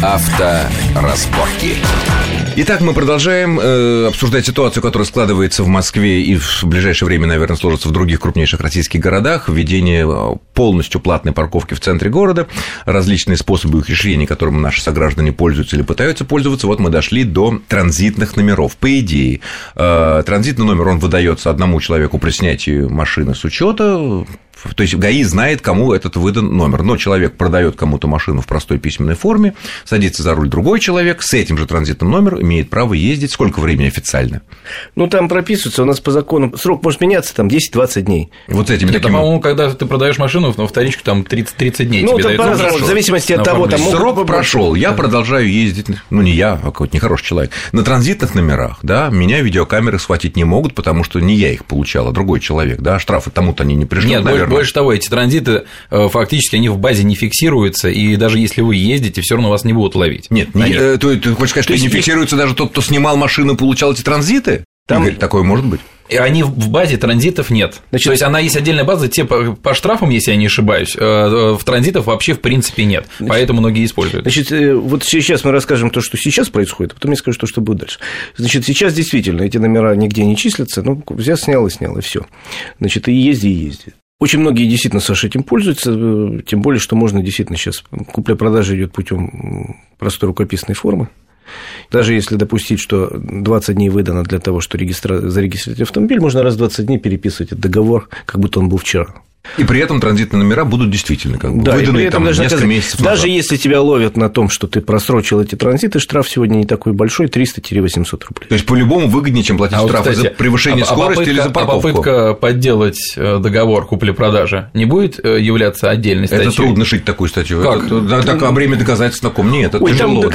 Авторазборки. Итак, мы продолжаем обсуждать ситуацию, которая складывается в Москве и в ближайшее время, наверное, сложится в других крупнейших российских городах. Введение полностью платной парковки в центре города, различные способы их решения, которым наши сограждане пользуются или пытаются пользоваться. Вот мы дошли до транзитных номеров. По идее, транзитный номер, он выдается одному человеку при снятии машины с учета. То есть ГАИ знает, кому этот выдан номер. Но человек продает кому-то машину в простой письменной форме, садится за руль другой человек с этим же транзитным номером, имеет право ездить. Сколько времени официально? Ну, там прописывается у нас по закону. Срок может меняться, там 10-20 дней. Вот этими это, такими... по-моему, когда ты продаешь машину, на вторичку там 30 дней ну, тебе дают. Ну, в зависимости от того, там срок прошел, я продолжаю ездить, ну, не я, а какой-то нехороший человек, на транзитных номерах, да, меня видеокамеры схватить не могут, потому что не я их получал, а другой человек, да, штрафы тому-то они не пришли. Нет, наверное. Больше того, эти транзиты фактически они в базе не фиксируются, и даже если вы ездите, все равно вас не будут ловить. Нет, ты хочешь сказать, что не фиксируется даже тот, кто снимал машину и получал эти транзиты? Там... Игорь, такое может быть? И они в базе транзитов нет. Значит, то есть она есть отдельная база, те по штрафам, если я не ошибаюсь, в транзитах вообще в принципе нет. Поэтому многие используют. Значит, вот сейчас мы расскажем то, что сейчас происходит, а потом я скажу то, что будет дальше. Значит, сейчас действительно эти номера нигде не числятся, ну, взял, снял, и все. Значит, и езди. Очень многие действительно, Саша, этим пользуются, тем более, что можно действительно сейчас купля-продажа идет путем простой рукописной формы. Даже если допустить, что 20 дней выдано для того, чтобы зарегистрировать автомобиль, можно раз в 20 дней переписывать этот договор, как будто он был вчера. И при этом транзитные номера будут действительно как бы выданы там несколько месяцев назад. Даже если тебя ловят на том, что ты просрочил эти транзиты, штраф сегодня не такой большой, 300-800 рублей. То есть, по-любому выгоднее, чем платить штрафы, кстати, за превышение скорости или за парковку. А попытка подделать договор купли-продажи не будет являться отдельной статьей? Это трудно шить такую статью. Как? А время доказательств на ком? Нет, это тяжело.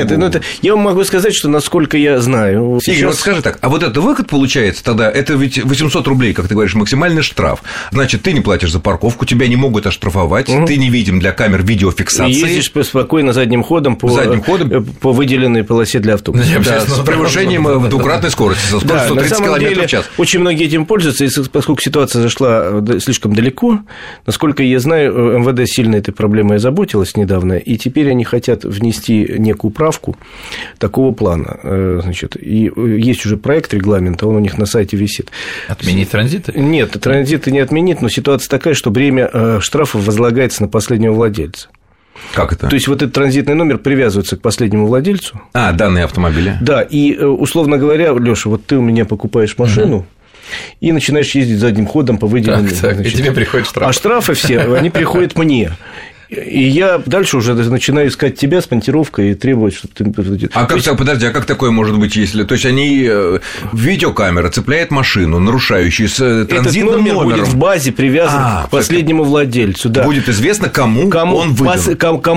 Я вам могу сказать, что, насколько я знаю... Игорь, вот скажи так, а вот это выход получается тогда, это ведь 800 рублей, как ты говоришь, максимальный штраф. Значит, ты не платишь за парковку, тебя не могут оштрафовать, ты не видим для камер видеофиксации. Ездишь спокойно задним ходом по выделенной полосе для автобуса. С превышением двукратной скорости, со скоростью 130 км в час. Очень многие этим пользуются, и поскольку ситуация зашла слишком далеко, насколько я знаю, МВД сильно этой проблемой озаботилась недавно, и теперь они хотят внести некую правку такого плана. Значит, и есть уже проект регламента, он у них на сайте висит. Отменить транзиты? Нет, транзиты не отменить, но ситуация такая, что бремя штрафов возлагается на последнего владельца. Как это? То есть, вот этот транзитный номер привязывается к последнему владельцу. Данные автомобиля. Да, и, условно говоря, Лёша, вот ты у меня покупаешь машину, и начинаешь ездить задним ходом по выделенным. И тебе приходит штраф. А штрафы все, они приходят мне. И я дальше уже начинаю искать тебя с понтировкой и требовать, чтобы ты... Подожди, а как такое может быть, если... То есть, они... Видеокамера цепляет машину, нарушающую с транзитным номером. Будет в базе привязан к последнему владельцу, да. Будет известно, кому он выдан.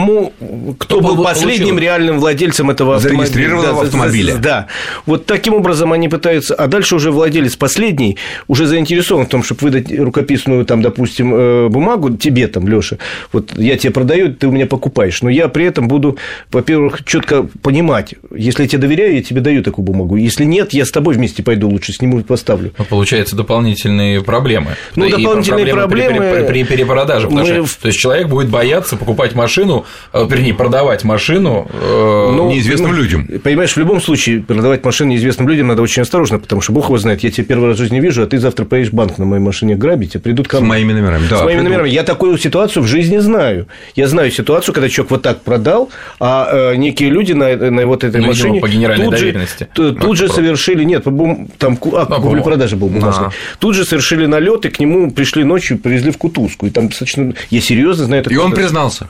Кто был последним реальным владельцем этого автомобиля. Зарегистрированного автомобиля. Да. Вот таким образом они пытаются... А дальше уже владелец последний уже заинтересован в том, чтобы выдать рукописную, там, допустим, бумагу тебе, там, Лёша. Вот я тебе продаю, ты у меня покупаешь. Но я при этом буду, во-первых, четко понимать, если я тебе доверяю, я тебе даю такую бумагу. Если нет, я с тобой вместе пойду, лучше сниму и поставлю. Получается, дополнительные проблемы. Ну, дополнительные проблемы при перепродаже. То есть, человек будет бояться покупать машину, вернее, продавать машину неизвестным людям. Понимаешь, в любом случае, продавать машину неизвестным людям надо очень осторожно, потому что бог его знает, я тебя первый раз в жизни вижу, а ты завтра поедешь в банк на моей машине грабить, а придут ко мне. С моими номерами, да. С моими номерами. Я такую ситуацию в жизни знаю. Я знаю ситуацию, когда человек вот так продал, а некие люди на вот этой машине по генеральной доверенности. Тут же совершили, нет, там купля-продажа был бумажный. Тут же совершили налет, и к нему пришли ночью, привезли в Кутузку. И там достаточно, я серьезно знаю. И он признался.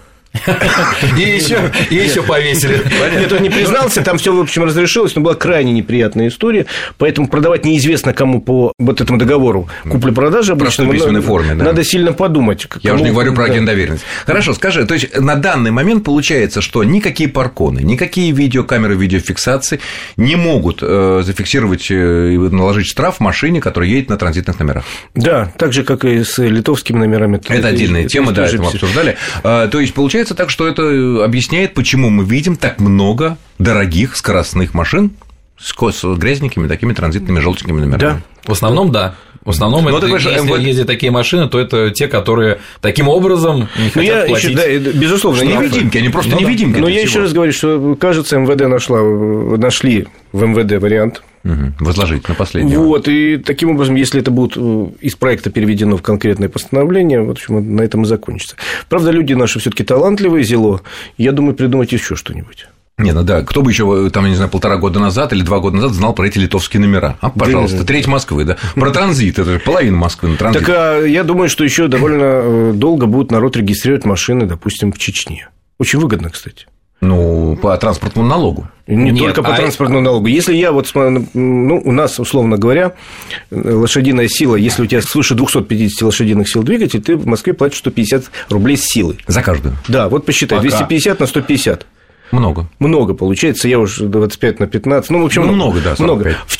И еще повесили. Нет, он не признался, там все, в общем, разрешилось, но была крайне неприятная история. Поэтому продавать неизвестно кому по вот этому договору купли-продажи обычно надо сильно подумать. Я уже не говорю про агент доверенности. Хорошо, скажи, то есть на данный момент получается, что никакие парконы, никакие видеокамеры видеофиксации не могут зафиксировать и наложить штраф машине, которая едет на транзитных номерах. Да, так же, как и с литовскими номерами. Это отдельная тема, да, это мы обсуждали. То есть получается так, что это объясняет, почему мы видим так много дорогих скоростных машин с грязненькими такими транзитными желтенькими номерами. Да. В основном, да. В основном, если ездят такие машины, то это те, которые таким образом не хотят платить. Безусловно, невидимки, они просто невидимки. Но я еще раз говорю, что, кажется, МВД нашли в МВД вариант. Возложить на последнего. Вот, и таким образом, если это будет из проекта переведено в конкретное постановление, в общем, на этом и закончится. Правда, люди наши все-таки талантливые, зело. Я думаю, придумать еще что-нибудь. Не, ну да, кто бы еще, там, я не знаю, 1,5 года назад или 2 года назад знал про эти литовские номера. Пожалуйста, треть Москвы, да. Про транзит, это же половина Москвы на транзит. Так я думаю, что еще довольно долго будет народ регистрировать машины, допустим, в Чечне. Очень выгодно, кстати. Ну, по транспортному налогу. Не только по транспортному налогу. Если я вот, у нас, условно говоря, лошадиная сила, если у тебя свыше 250 лошадиных сил двигатель, ты в Москве платишь 150 рублей с силы. За каждую? Да, вот посчитай, 250 на 150. Много получается, я уже 25 на 15, в общем, много, да, 45. Много. В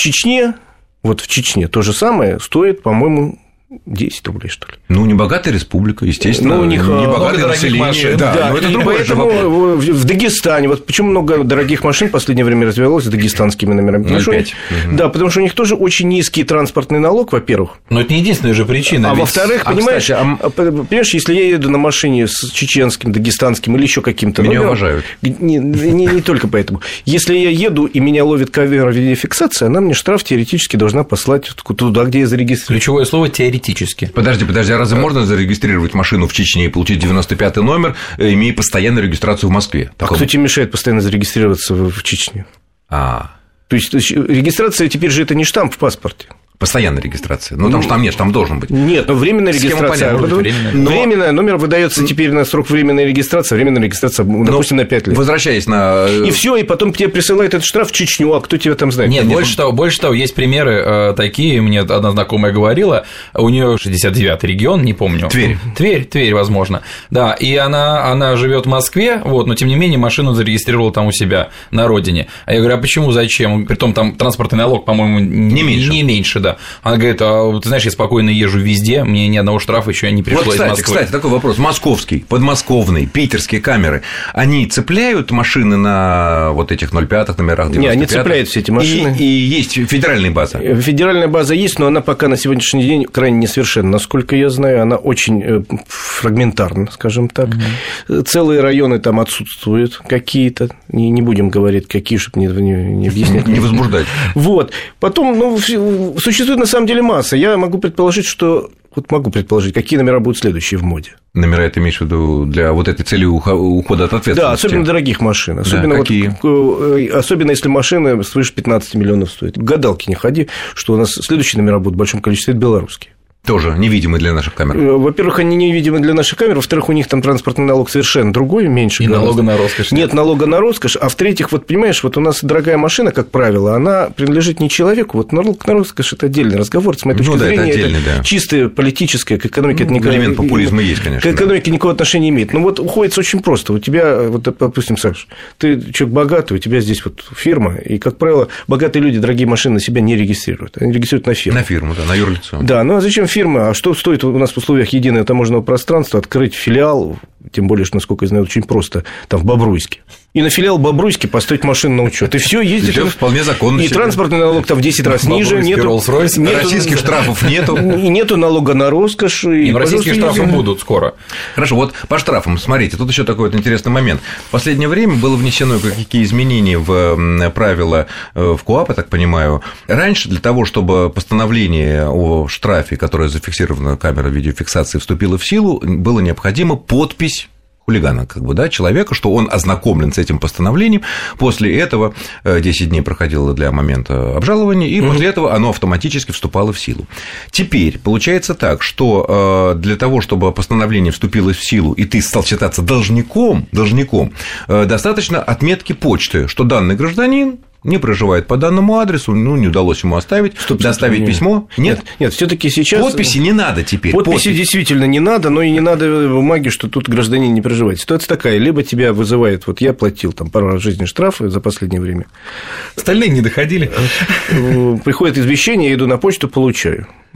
Чечне то же самое стоит, по-моему, 10 рублей, что ли. Не богатая республика, естественно. У них не богатое население. Машин. Да, это другой поэтому в Дагестане, вот почему много дорогих машин в последнее время развивалось с дагестанскими номерами. Да, потому что у них тоже очень низкий транспортный налог, во-первых. Но это не единственная же причина. Во-вторых, понимаешь, если я еду на машине с чеченским, дагестанским или еще каким-то меня уважают. Не только поэтому. Если я еду, и меня ловит камера видеофиксации, она мне штраф теоретически должна послать туда, где я зарегистрирован. Ключевое слово теоретически. Подожди, а разве можно зарегистрировать машину в Чечне и получить 95-й номер, имея постоянную регистрацию в Москве? Кто тебе мешает постоянно зарегистрироваться в Чечне? То есть регистрация теперь же это не штамп в паспорте. Постоянная регистрация. Там штамп нет, штамп должен быть. Нет, временная регистрация. Временная, номер выдается теперь на срок временной регистрации, временная регистрация, допустим, на 5 лет. Возвращаясь на. И все, и потом тебе присылают этот штраф в Чечню, а кто тебя там знает? Нет, больше того, есть примеры такие, мне одна знакомая говорила, у нее 69-й регион, не помню. Тверь, возможно. Да, и она живет в Москве, но тем не менее машину зарегистрировала там у себя на родине. А я говорю, а почему, зачем? Притом там транспортный налог, по-моему, не меньше. Да. Она говорит, ты знаешь, я спокойно езжу везде, мне ни одного штрафа еще не пришло из Москвы. Кстати, такой вопрос. Московский, подмосковный, питерские камеры, они цепляют машины на вот этих 05-х номерах, 95-х? Не, они цепляют все эти машины. И есть федеральная база? Федеральная база есть, но она пока на сегодняшний день крайне несовершенна. Насколько я знаю, она очень фрагментарна, скажем так. Целые районы там отсутствуют какие-то, не будем говорить, какие, чтобы не объяснять. Не возбуждать. Вот. Потом, существует на самом деле масса. Я могу предположить, какие номера будут следующие в моде. Номера это имеешь в виду для вот этой цели ухода от ответственности? Да, особенно дорогих машин. Особенно, особенно если машина свыше 15 миллионов стоит. Гадалки не ходи, что у нас следующие номера будут в большом количестве, это белорусские. Тоже невидимые для наших камер. Во-первых, они невидимы для наших камер, во-вторых, у них там транспортный налог совершенно другой, меньше. И налога на роскошь. Нет налога на роскошь, а в-третьих, понимаешь, у нас дорогая машина, как правило, она принадлежит не человеку, налог на роскошь – это отдельный разговор, с моей точки зрения, это чистое политическое, к экономике это никакого... Элемент популизма есть, конечно. К экономике никакого отношения не имеет. уходит очень просто. У тебя, допустим, Саш, ты человек богатый, у тебя здесь фирма, и, как правило, богатые люди дорогие машины на себя не регистрируют, они регистрируют на фирму. На фирму, да, на юрлицо. Да, а зачем фирма? А что стоит у нас в условиях единого таможенного пространства открыть филиал, тем более, что, насколько я знаю, очень просто, там, в Бобруйске. И на филиал Бобруйске поставить машину на учет. И все ездит. Это вполне законно. И транспортный налог там в 10 раз ниже. Нету российских штрафов нету. И нету налога на роскошь. И российские штрафы будут скоро. Хорошо, по штрафам, смотрите, тут еще такой интересный момент. В последнее время было внесено какие изменения в правила в КоАП, я так понимаю. Раньше для того, чтобы постановление о штрафе, которое зафиксировано камерой видеофиксации, вступило в силу, было необходимо подпись хулигана, человека, что он ознакомлен с этим постановлением. После этого 10 дней проходило для момента обжалования, и после этого оно автоматически вступало в силу. Теперь получается так, что для того, чтобы постановление вступило в силу, и ты стал считаться должником, достаточно отметки почты, что данный гражданин не проживает по данному адресу, не удалось ему доставить письмо. Нет, все-таки сейчас. Подписи не надо теперь. Подписи действительно не надо, но и не надо бумаги, что тут гражданин не проживает. Ситуация такая: либо тебя вызывает, я платил пару раз в жизни штрафы за последнее время. Остальные не доходили. Приходит извещение, я иду на почту, получаю.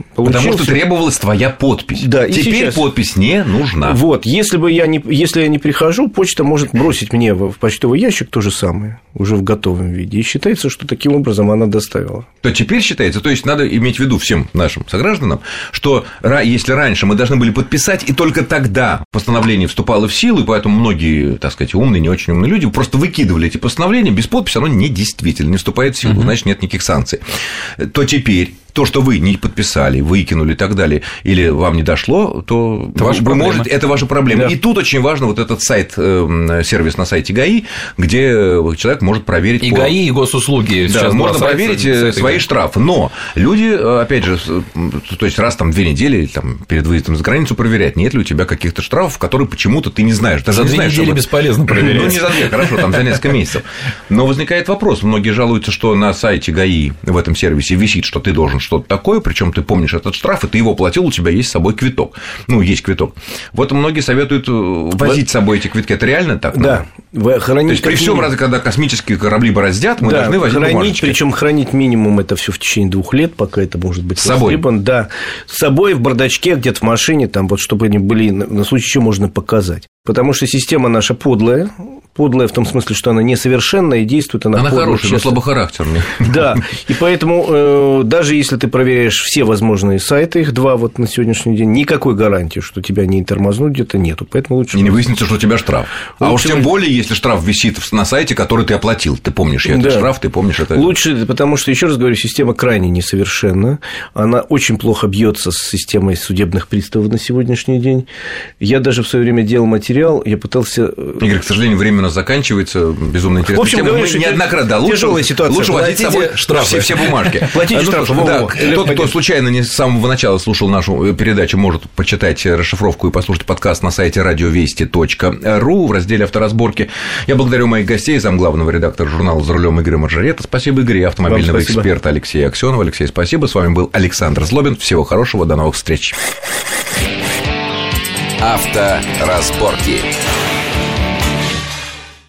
Потому что требовалась твоя подпись. Да, и теперь сейчас... подпись не нужна. Вот, если я не прихожу, почта может бросить мне в почтовый ящик то же самое, уже в готовом виде. И считается, что таким образом она доставила. То теперь считается, то есть надо иметь в виду всем нашим согражданам, что если раньше мы должны были подписать, и только тогда постановление вступало в силу, и поэтому многие, так сказать, умные, не очень умные люди просто выкидывали эти постановления, без подписи оно недействительно, не вступает в силу, значит, нет никаких санкций. То теперь то, что вы не подписали, выкинули и так далее, или вам не дошло, то это ваша проблема. Да. И тут очень важно вот этот сайт, сервис на сайте ГАИ, где человек может проверить... И ГАИ, и госуслуги. Да, можно проверить свои штрафы. Но люди, опять же, то есть раз там 2 недели там, перед выездом за границу проверять, нет ли у тебя каких-то штрафов, которые почему-то ты не знаешь. Даже за 2 недели бесполезно проверять. Ну, не за 2, хорошо, там за несколько месяцев. Но возникает вопрос. Многие жалуются, что на сайте ГАИ в этом сервисе висит, что ты должен что-то такое, причем ты помнишь этот штраф, и ты его платил, у тебя есть с собой квиток. Ну, есть квиток. Вот многие советуют возить с собой эти квитки. Это реально так? Да. То есть при всем разе, когда космические корабли бороздят, мы должны возить бумажечки. Причем хранить минимум это все в течение 2 лет, пока это может быть востребовано. Да. С собой в бардачке, где-то в машине, там, вот, чтобы они были на случай чего можно показать. Потому что система наша подлая в том смысле, что она несовершенная и действует она хорошая, но слабохарактерная. Да, и поэтому даже если ты проверяешь все возможные сайты, их 2 вот на сегодняшний день, никакой гарантии, что тебя не тормознут где-то нету, поэтому лучше... И не выяснится, что у тебя штраф. А уж тем более, если штраф висит на сайте, который ты оплатил, ты помнишь этот штраф, ты помнишь это... Лучше, потому что, еще раз говорю, система крайне несовершенна, она очень плохо бьется с системой судебных приставов на сегодняшний день. Я даже в свое время делал материал, я пытался... Игорь, к сожалению, время у нас заканчивается, безумно интересная тема. В общем, неоднократно, лучше возить с собой все бумажки. Платите штрафы. Тот, кто случайно не с самого начала слушал нашу передачу, может почитать расшифровку и послушать подкаст на сайте радиовести.ру в разделе «Авторазборки». Я благодарю моих гостей, замглавного редактора журнала «За рулем» Игоря Маржарета. Спасибо, Игорь, и автомобильного эксперта Алексея Аксёнова. Алексей, спасибо. С вами был Александр Злобин. Всего хорошего, до новых встреч. Авторазборки.